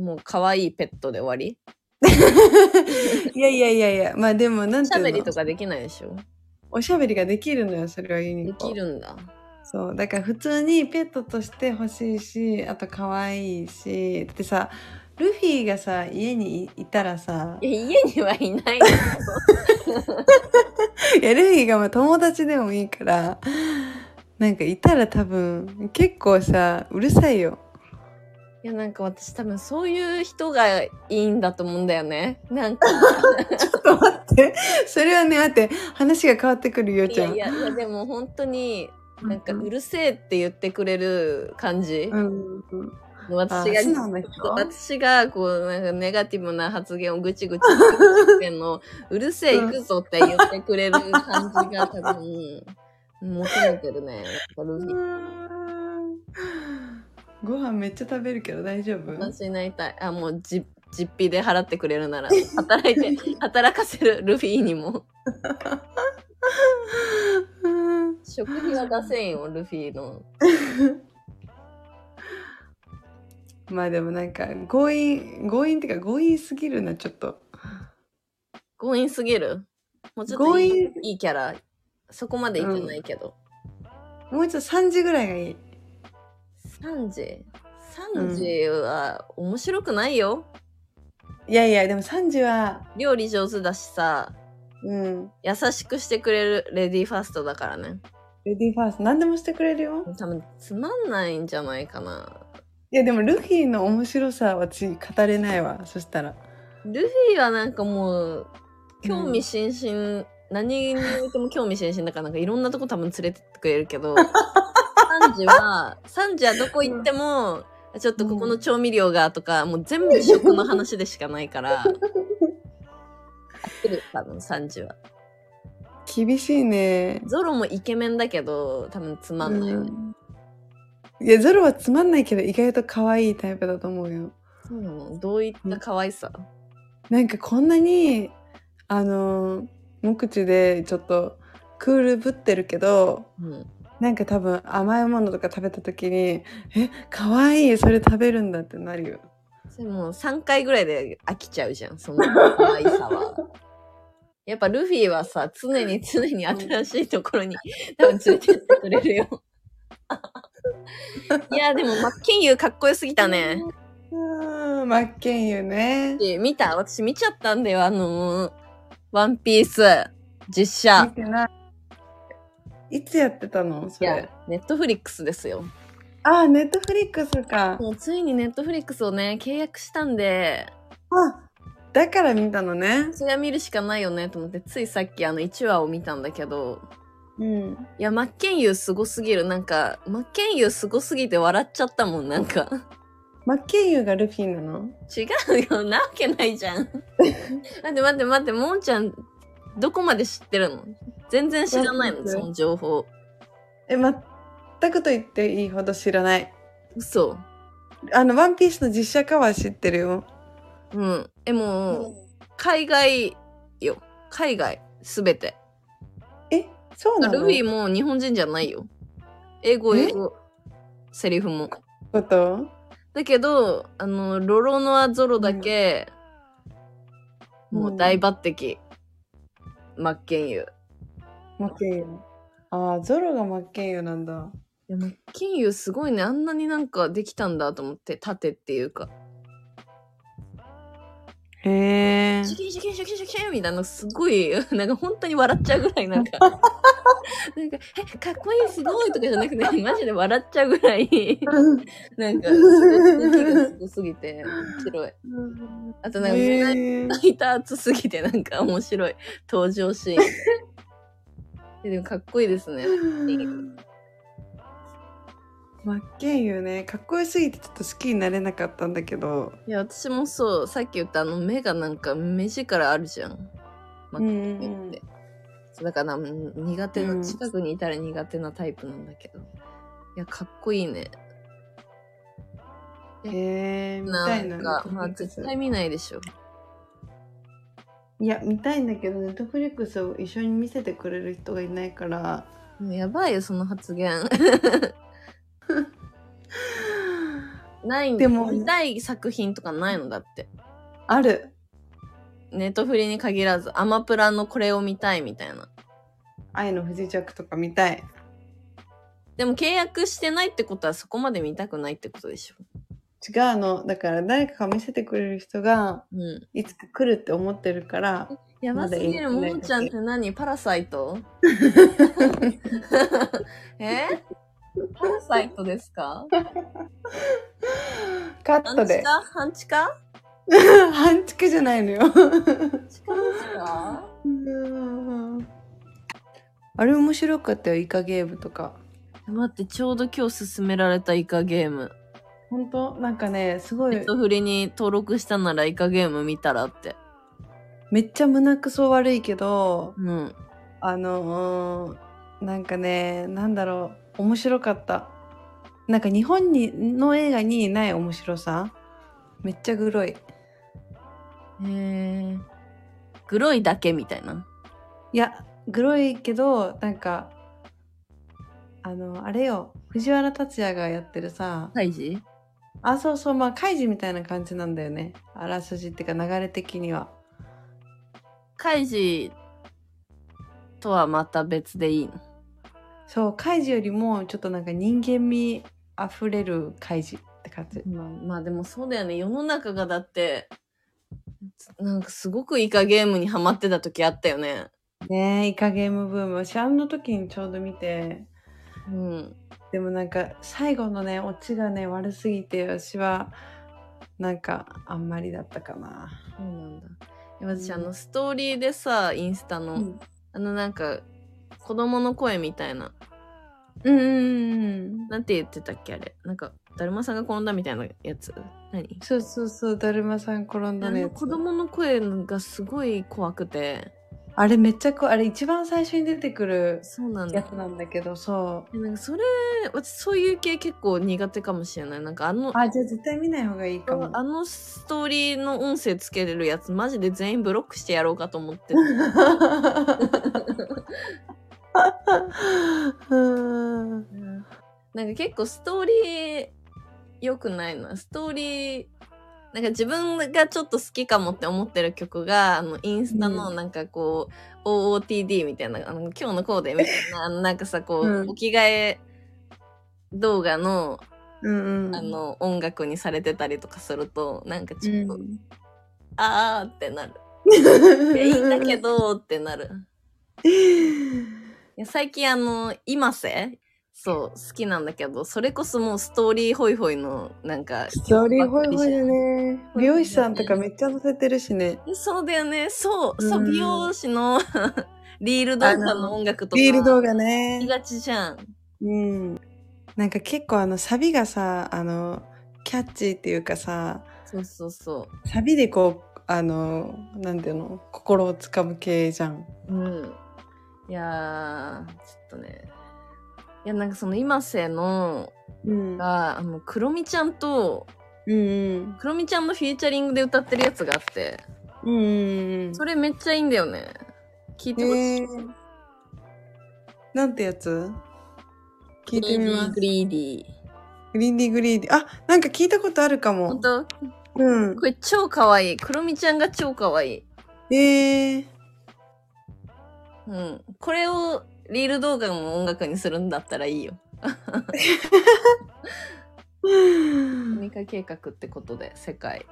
もう可愛いペットで終わり？ いやいやいやいや、まあでもなんていうの？ おしゃべりとかできないでしょ？ おしゃべりができるのよ、それはユニコ。 できるんだ。 そう、だから普通にペットとして欲しいし、あと可愛いし、だってさ、ルフィがさ、家にいたらさ。 いや、家にはいないの。 いや、ルフィがまあ友達でもいいから、なんかいたら多分、結構さ、うるさいよ。 いや、なんか私多分そういう人がいいんだと思うんだよね。なんか。 ちょっと待って。それはね、待って、話が変わってくるよ、ちゃん。 いやいや、いやでも本当に、なんかうるせえって言ってくれる感じ。うん。私が、私がこう、なんかネガティブな発言をぐちぐち言ってんの、うるせえ行くぞって言ってくれる感じが多分、求めてるね。ルフィ。 ご飯めっちゃ食べるけど大丈夫？ 私になりたい。あ、もうじ実費で払ってくれるなら、働いて、働かせるルフィにも。食費は出せんよ、ルフィの。 まあでもなんか強引強引っていうか強引すぎるな、ちょっと。 強引すぎる？もうちょっといい、いいキャラ。そこまでいってないけど、 うん、もうちょっとさんじぐらいがいい。 さんじ？ さんじは面白くないよ。 いやいや、でもさんじは料理上手だしさ、 うん、 優しくしてくれるレディーファーストだからね。 レディーファースト何でもしてくれるよ。 多分つまんないんじゃないかな。 いやでもルフィの面白さは私語れないわ。そしたらルフィはなんかもう興味津々、うん、何においても興味津々だから、なんかいろんなとこ多分連れてってくれるけど、サンジはサンジはどこ行っても、ちょっとここの調味料がとか、もう全部食の話でしかないから。 ってる、多分さんじは。 厳しいね。 ゾロもイケメンだけど、多分つまんないよね。 うん、いや、ゾロはつまんないけど、意外と可愛いタイプだと思うよ。 そうなの？どういった可愛さ？ なんかこんなに、あの、無口でちょっとクールぶってるけど、うん、なんか多分甘いものとか食べた時に、え、可愛い、それ食べるんだってなるよ。 それもうさんかいぐらいで飽きちゃうじゃん、その可愛さは。やっぱルフィはさ、常に常に新しいところに多分連れてってくれるよ。いや、でもマッケンユーかっこよすぎたね。 うん、マッケンユーね。 見た？私見ちゃったんだよ、あのー、ワンピース実写。 見てない。いつやってたの？それ。いや、 ネットフリックスですよ。 ああ、ネットフリックスか。 もうついにネットフリックスをね、契約したんで。 あ、だから見たのね。 それは見るしかないよねと思って、ついさっきあのいちわを見たんだけど。うん。いや、マッケンユーすごすぎる。なんか、マッケンユーすごすぎて笑っちゃったもん、なんか。 マッケンユーがルフィなの？ 違うよ、なわけないじゃん。待って待って待って、もんちゃん、どこまで知ってるの？全然知らないの、その情報。 え、全くと言っていいほど知らない。 嘘。 あの、ワンピースの実写化は知ってるよ。 うん。え、もう、うん、海外よ。海外、すべて。 え、そうなの？ ルフィも日本人じゃないよ。英語、英語。セリフも。 こと？ だけど、あの、ロロノアゾロだけ、うん、もう大抜擢。うん、マッケンユー。 マッケンユー。ああ、ゾロがマッケンユーなんだ。 いや、マッケンユーすごいね。あんなになんかできたんだと思って、盾っていうか。 へえ。 シュキンシュキンシュキンシュキンみたいな、すごい、なんか本当に笑っちゃうぐらいなんか、なんか、え、かっこいい、すごいとかじゃなくて、マジで笑っちゃうぐらい、なんか、動きがすごすぎて、面白い。あとなんか、胸板厚すぎてなんか面白い。登場シーン。でもかっこいいですね。 マッケンユーね、かっこよすぎてちょっと好きになれなかったんだけど。 いや、私もそう、さっき言ったあの目がなんか目力あるじゃん。マッケンユーって。そうだから苦手な、うん、近くにいたら苦手なタイプなんだけど。いや、かっこいいね。 へえー、見たいな。 なんか、まあ絶対見ないでしょ。 いや、見たいんだけど、ネットフリックスを一緒に見せてくれる人がいないから。 やばいよ、その発言。ないんでも見たい作品とかないのだって。 ある。 ネットフリに限らず、アマプラのこれを見たいみたいな。 愛の不時着とか見たい。 でも契約してないってことはそこまで見たくないってことでしょ。 違うの。だから誰かが見せてくれる人が、うん、いつか来るって思ってるから。 やばすぎる。ももちゃんって何？パラサイト？え？パラサイトですか？ カットで。 半地下？ 半地下じゃないのよ。 地下ですか？ あれ面白かったよ、イカゲームとか。 待って、ちょうど今日勧められたイカゲーム。 ほんと？なんかね、すごい。 ネットフリに登録したならイカゲーム見たらって。 めっちゃ胸くそ悪いけど、 うん。 あのー、なんかね、なんだろう、面白かった。なんか日本にの映画にない面白さ。めっちゃグロい。へえ。グロいだけみたいな。 いや、グロいけど、なんか、あの、あれよ、藤原竜也がやってるさ。 カイジ？ あ、そうそう、まあ、カイジみたいな感じなんだよね。あらすじっていうか流れ的には。 カイジとはまた別でいいの？ そう、カイジよりもちょっとなんか人間味あふれるカイジって感じ。 まあ、まあでもそうだよね。世の中がだって、なんかすごくイカゲームにハマってた時あったよね。 ねえ、イカゲームブーム。私あの時にちょうど見て、 うん。 でもなんか最後のね、オチがね、悪すぎて、私はなんかあんまりだったかな。 そうなんだ。私、うん、あのストーリーでさ、インスタの、うん、あのなんか子供の声みたいなうんうんうん。 なんて言ってたっけあれ。なんか、だるまさんが転んだみたいなやつ。何？ そうそうそう、だるまさん転んだのやつ。 子供の声がすごい怖くて。 あれめっちゃこあれ一番最初に出てくるそうなんだやつなんだけど、そう。 なんかそれ、私そういう系結構苦手かもしれない。なんかあの、 あ、じゃあ絶対見ない方がいいかも。 あのストーリーの音声つけれるやつ、マジで全員ブロックしてやろうかと思ってなんか結構ストーリー良くないな。ストーリー、なんか自分がちょっと好きかもって思ってる曲が、あの、インスタのなんかこう、うん、オーオーティーディー みたいな、あの、今日のコーデみたいな、あの、なんかさ、こう、うん、お着替え動画の、 うんうん、 あの、音楽にされてたりとかすると、なんかちょっと、うん、あーってなる。いや、いいんだけど、ってなる。いや最近あの、今瀬そう、好きなんだけど、それこそもうストーリーホイホイの、なんか、 ストーリーホイホイだね。美容師さんとかめっちゃ載せてるしね。 そうだよね。そう、そう、美容師のリール動画の音楽とか。 リール動画ね。 見がちじゃん。 うん。なんか結構あの、サビがさ、あの、キャッチーっていうかさ、 そうそうそう。 サビでこう、あの、なんていうの、心をつかむ系じゃん。 うん。いやー、ちょっとね。いや、なんかその今瀬の、うん、が、あの、クロミちゃんと、うんうん、クロミちゃんのフィーチャリングで歌ってるやつがあって、うんうん、それめっちゃいいんだよね。聞いてほしい。えー、 なんてやつ？聞いてみます。 グリーディー。 グリーディーグリーディー。あ、なんか聞いたことあるかも。 ほんと？うん。これ超かわいい。クロミちゃんが超かわいい。えー。うん。これをリール動画の音楽にするんだったらいいよ。ミカ計画ってことで世界。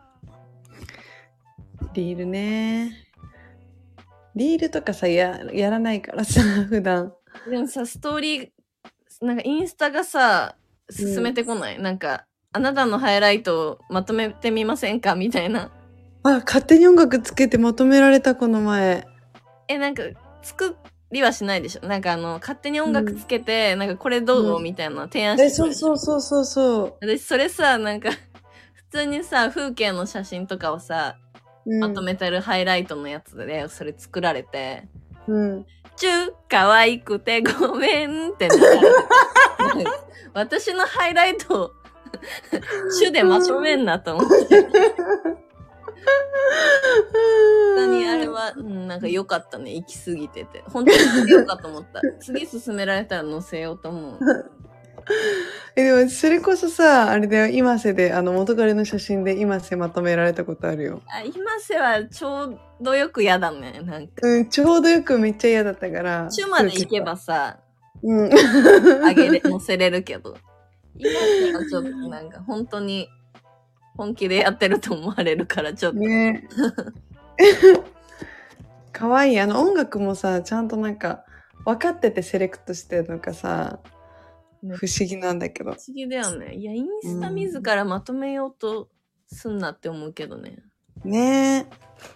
リールね。リールとかさ、や、やらないからさ、普段。 でもさ、ストーリー、なんかインスタがさ、進めてこない、うん、なんか、あなたのハイライトをまとめてみませんかみたいな。 あ、勝手に音楽つけてまとめられた、この前。 え、なんか、作りはしないでしょ？なんかあの、勝手に音楽つけて、うん、なんかこれどう、うん、みたいな提案して。 え、そうそうそうそうそう。 私、それさ、なんか、普通にさ、風景の写真とかをさ、うん、まとめてるハイライトのやつで、それ作られて、うん。チュー、可愛くてごめんってなる。私のハイライトを、チュでまとめんなと思って。本当にあれは、うん、なんか良かったね。行き過ぎてて。本当に捨てようかと思った。次進められたら載せようと思う。 え、でもそれこそさ、あれだよ、今瀬で、あの、元彼の写真で今瀬まとめられたことあるよ。 あ、今瀬はちょうどよく嫌だね、なんか。 うん、ちょうどよくめっちゃ嫌だったから。 チュまで行けばさ、 うん。 あげれ、載せれるけど。今瀬はちょっとなんか、本当に、本気でやってると思われるからちょっと。ね。 かわいい。あの音楽もさ、ちゃんとなんか、分かっててセレクトしてるのかさ、ね、不思議なんだけど。 不思議だよね。いや、インスタ自らまとめようとすんなって思うけどね。 うん、ねえ。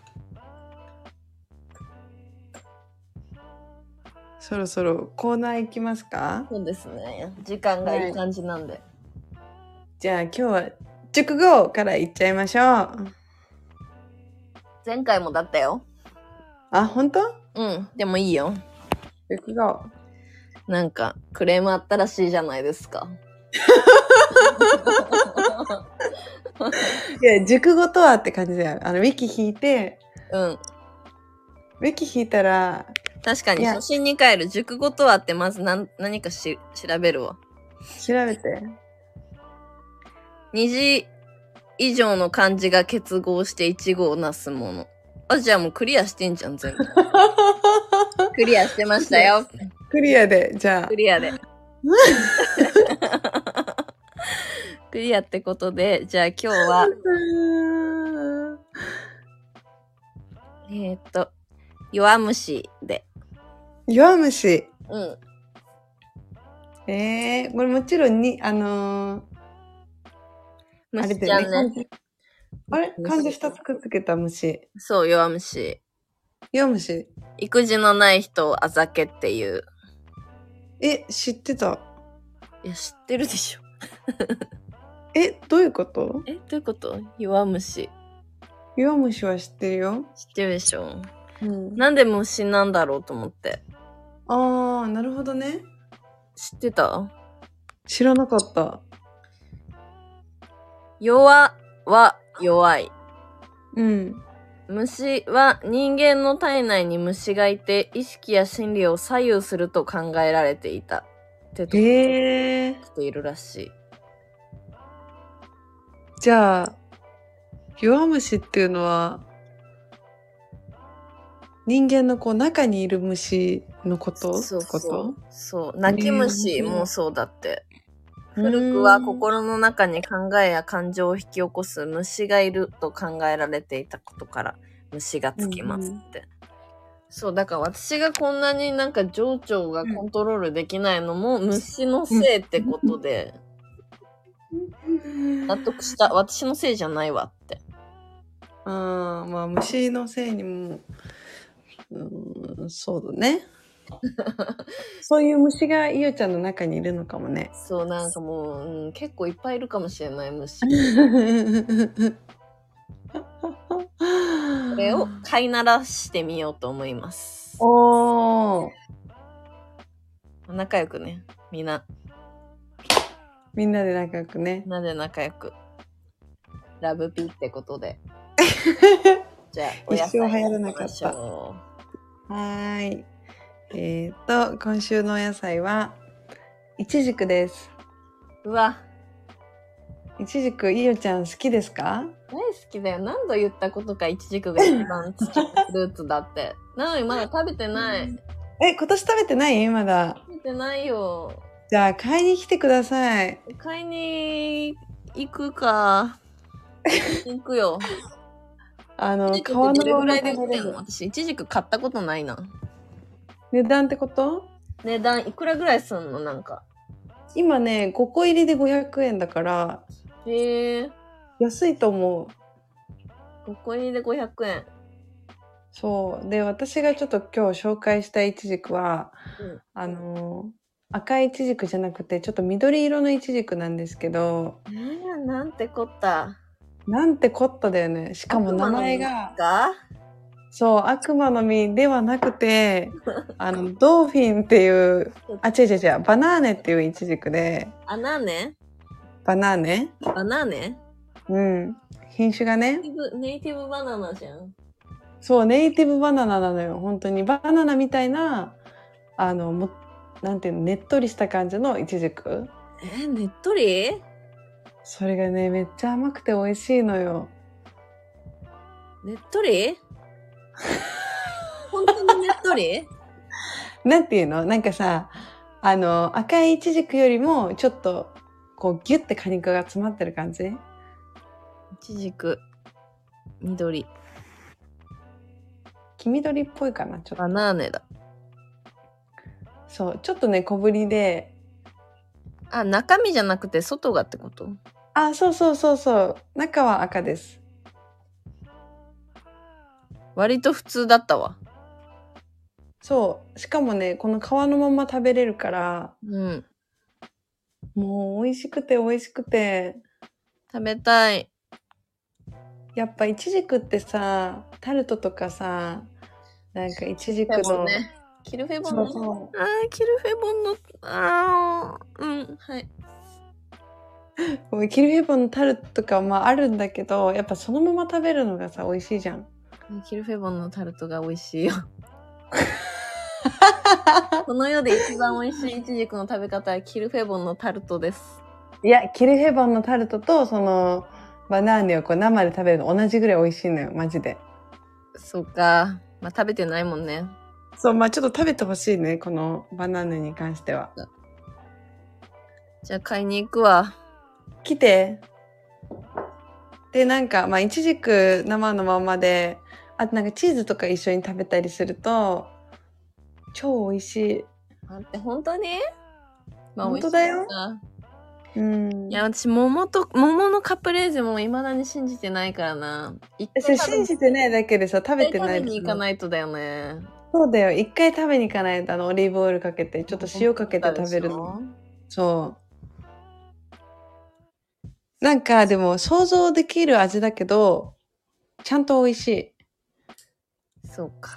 そろそろコーナー行きますか？ そうですね。時間がいい感じなんで。はい、 じゃあ今日は熟語から行っちゃいましょう。 前回もだったよ。 あ、本当？ うん、でもいいよ。 熟語。 なんか、クレームあったらしいじゃないですか。 いや、熟語とはって感じだよ。あの、ウィキ引いて、 うん。 ウィキ引いたら、 確かに、初心に帰る熟語とはってまず何、何かし調べるわ。 調べて。 にじ以上の漢字が結合していち語をなすもの。あ、じゃあもうクリアしてんじゃん、全部。クリアしてましたよ。 クリアで、じゃあ。 クリアで。クリアってことで、じゃあ今日は、えっと、弱虫で。 弱虫。 うん。 えー、これもちろんに、あのー、あれだよね。あれ漢字二つくっつけた虫。 そう、弱虫。 弱虫。 育児のない人をあざけっていう。 え、知ってた？ いや、知ってるでしょ。 え、どういうこと？ え、どういうこと？弱虫。 弱虫は知ってるよ。 知ってるでしょ。 うん。 なんで虫なんだろうと思って。 あー、なるほどね。 知ってた？ 知らなかった。 弱は弱い。 うん。 虫は人間の体内に虫がいて意識や心理を左右すると考えられていた。ってとこへー。 ているらしい。 じゃあ、弱虫っていうのは、人間のこう中にいる虫のことそうってこと？ そう。泣き虫もそうだって。 えー、 古くは心の中に考えや感情を引き起こす虫がいると考えられていたことから虫がつきますって。うんうん、そう、だから私がこんなになんか情緒がコントロールできないのも虫のせいってことで、納得した。私のせいじゃないわって。 ああ、まあ虫のせいにも、うん、そうだね。そういう虫がいよちゃんの中にいるのかもね。 そう、なんかもう、うん、結構いっぱいいるかもしれない虫。これを飼いならしてみようと思います。 おー。 仲良くね、みんな。 みんなで仲良くね。 みんなで仲良く。ラブピってことで。じゃあ、お野菜一生流行らなかった。 はーい。えっ、ー、と、今週のお野菜は、いちじくです。 うわ。 いちじく、いよちゃん好きですか？ 大好きだよ。何度言ったことか、いちじくが一番好きなフルーツだって。なのにまだ食べてない。 え、今年食べてない？まだ。 食べてないよ。 じゃあ、買いに来てください。 買いに行くか。行くよ。 あの、皮のどれぐらいで売ってんの？私、いちじく買ったことないな。 値段ってこと？ 値段いくらぐらいすんの？なんか。 今ね、ごこ入りでごひゃくえんだから。 へえ。 安いと思う。 ごこ入りでごひゃくえん。 そう。で、私がちょっと今日紹介したいちじくは、うん、あの、赤いいちじくじゃなくて、ちょっと緑色のいちじくなんですけど。 えー、なんてこった。 なんてこっただよね。しかも名前が。そう、悪魔の実ではなくて、あの、ドーフィンっていう、あ、違う違う違う、バナーネっていうイチジクで。 バナーネ？ バナーネ？ バナーネ？ うん。品種がね。 ネイティブ、ネイティブバナナじゃん。 そう、ネイティブバナナなのよ。本当に。バナナみたいな、あの、も、なんていうの、ねっとりした感じのイチジク。 えー、ねっとり？ それがね、めっちゃ甘くて美味しいのよ。 ねっとり？本当にねっとり？ なんていうの？なんかさ、あの、赤いイチジクよりも、ちょっと、こう、ギュッて果肉が詰まってる感じ？ イチジク、緑。 黄緑っぽいかな、ちょっと。 バナーネだ。 そう、ちょっとね、小ぶりで。 あ、中身じゃなくて外がってこと？ あ、そうそうそうそう。中は赤です。 割と普通だったわ。 そう。しかもね、この皮のまま食べれるから。 うん。 もう美味しくて美味しくて。 食べたい。 やっぱイチジクってさ、タルトとかさ、なんかイチジクの。 ね、キルフェボンの。 そうそう。 あー、キルフェボンの、あー、うん、はい。 キルフェボンのタルトとかまああるんだけど、やっぱそのまま食べるのがさ、美味しいじゃん。 キルフェボンのタルトが美味しいよ。この世で一番美味しいイチジクの食べ方はキルフェボンのタルトです。 いや、キルフェボンのタルトとそのバナーネをこう生で食べるの同じぐらい美味しいのよ、マジで。 そっか。まあ食べてないもんね。 そう、まあちょっと食べてほしいね、このバナーネに関しては。 じゃあ買いに行くわ。 来て。で、なんか、まあ、イチジク生のままで、あとなんかチーズとか一緒に食べたりすると、超美味しい。 待って、本当に？ まあ、本当だよ。 うん。いや、私、桃と、桃のカプレーゼも未だに信じてないからな。 一回信じてないだけでさ、食べてないで食べに行かないとだよね。 そうだよ。一回食べに行かないと、あの、オリーブオイルかけて、ちょっと塩かけて食べるの。そう。なんか、でも、想像できる味だけど、ちゃんと美味しい。 そうか。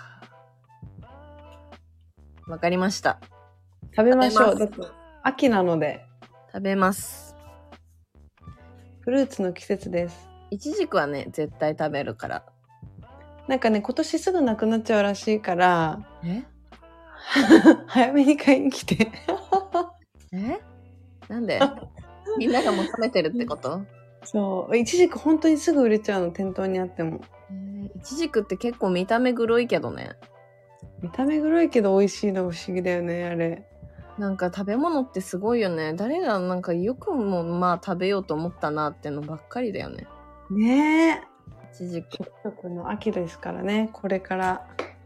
わかりました。 食べましょう。だって秋なので。 食べます。 フルーツの季節です。 いちじくはね、絶対食べるから。 なんかね、今年すぐなくなっちゃうらしいから。 え早めに買いに来て。 えなんでみんなが求めてるってこと？ そう。いちじく本当にすぐ売れちゃうの、店頭にあっても。 いちじくって結構見た目黒いけどね。 見た目黒いけど美味しいの不思議だよね、あれ。 なんか食べ物ってすごいよね。誰がなんかよくもまあ食べようと思ったなってのばっかりだよね。 ねえ。 いちじく。 食欲の秋ですからね、これから。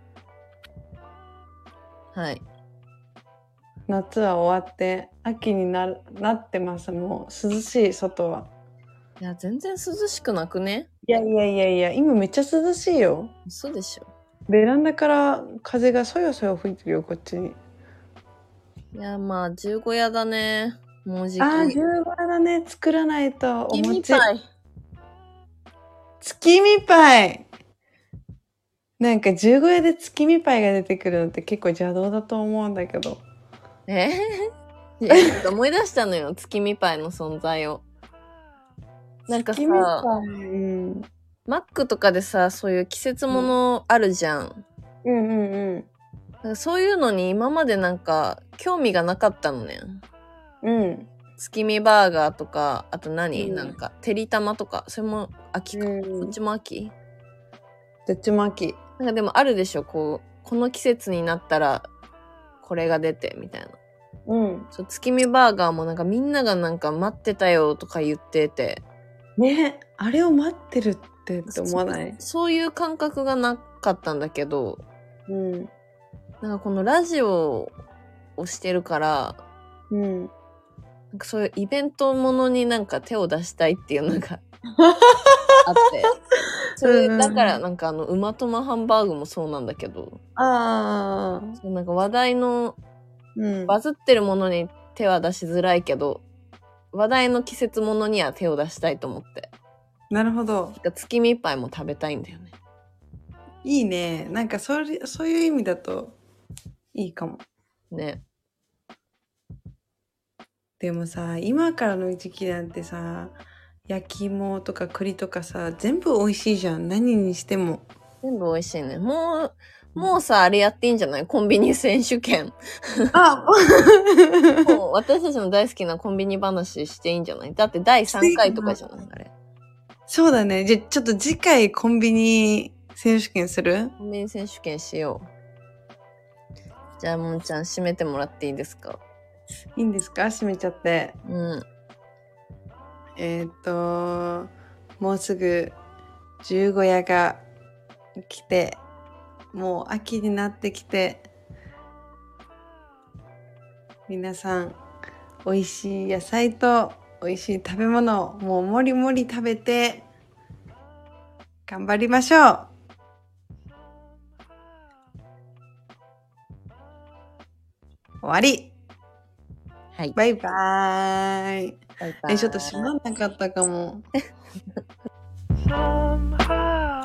はい。 夏は終わって秋に な, なってます。もう涼しい、外は。 いや、全然涼しくなくね？ いやいやいやいや、今めっちゃ涼しいよ。 そうでしょ。 ベランダから風がそよそよ吹いてるよ、こっちに。 いや、まあ、十五夜だね。もうじき。 ああ、十五夜だね。作らないと。 月見パイ。 月見パイ。なんか十五夜で月見パイが出てくるのって結構邪道だと思うんだけど。 えー、いや、なんか思い出したのよ。月見パイの存在を。なんかさ、月見パイ、うん、マックとかでさ、そういう季節ものあるじゃん。 うんうんうん。 なんかそういうのに今までなんか興味がなかったのね。 うん。 月見バーガーとか、あと何、うん、なんかてりたまとか、それも秋か。うん、どっちも秋？ どっちも秋。 なんかでもあるでしょ、こう、この季節になったらこれが出てみたいな。 うん。 そう、月見バーガーもなんかみんながなんか待ってたよとか言ってて。 ね、あれを待ってるってって思わない？ そ, そういう感覚がなかったんだけど、 うん。 なんかこのラジオをしてるから、 うん。 なんかそういうイベントものになんか手を出したいっていうのがあって。それ、だからなんかあの、うまとまハンバーグもそうなんだけど。 ああ。 そうなんか話題の、うん、バズってるものに手は出しづらいけど、話題の季節ものには手を出したいと思って。 なるほど。 月見パイも食べたいんだよね。 いいね。なんかそれ、そういう意味だといいかも。 ね。 でもさ、今からの時期なんてさ、焼き芋とか栗とかさ、全部美味しいじゃん。何にしても。 全部美味しいね。もう、もうさ、あれやっていいんじゃない？コンビニ選手権。 あもう私たちの大好きなコンビニ話していいんじゃない？だってだいさんかいとかじゃない？あれ。 そうだね。じゃ、ちょっと次回コンビニ選手権する？ コンビニ選手権しよう。じゃあ、もんちゃん締めてもらっていいですか？ いいんですか？締めちゃって。 うん。 えーっと、もうすぐ十五夜が来て、もう秋になってきて、皆さん美味しい野菜と美味しい食べ物をもうもりもり食べて頑張りましょう。終わり。 はい。 バイバーイ。 バイバイ。 え、ちょっと閉まんなかったかも。Somehow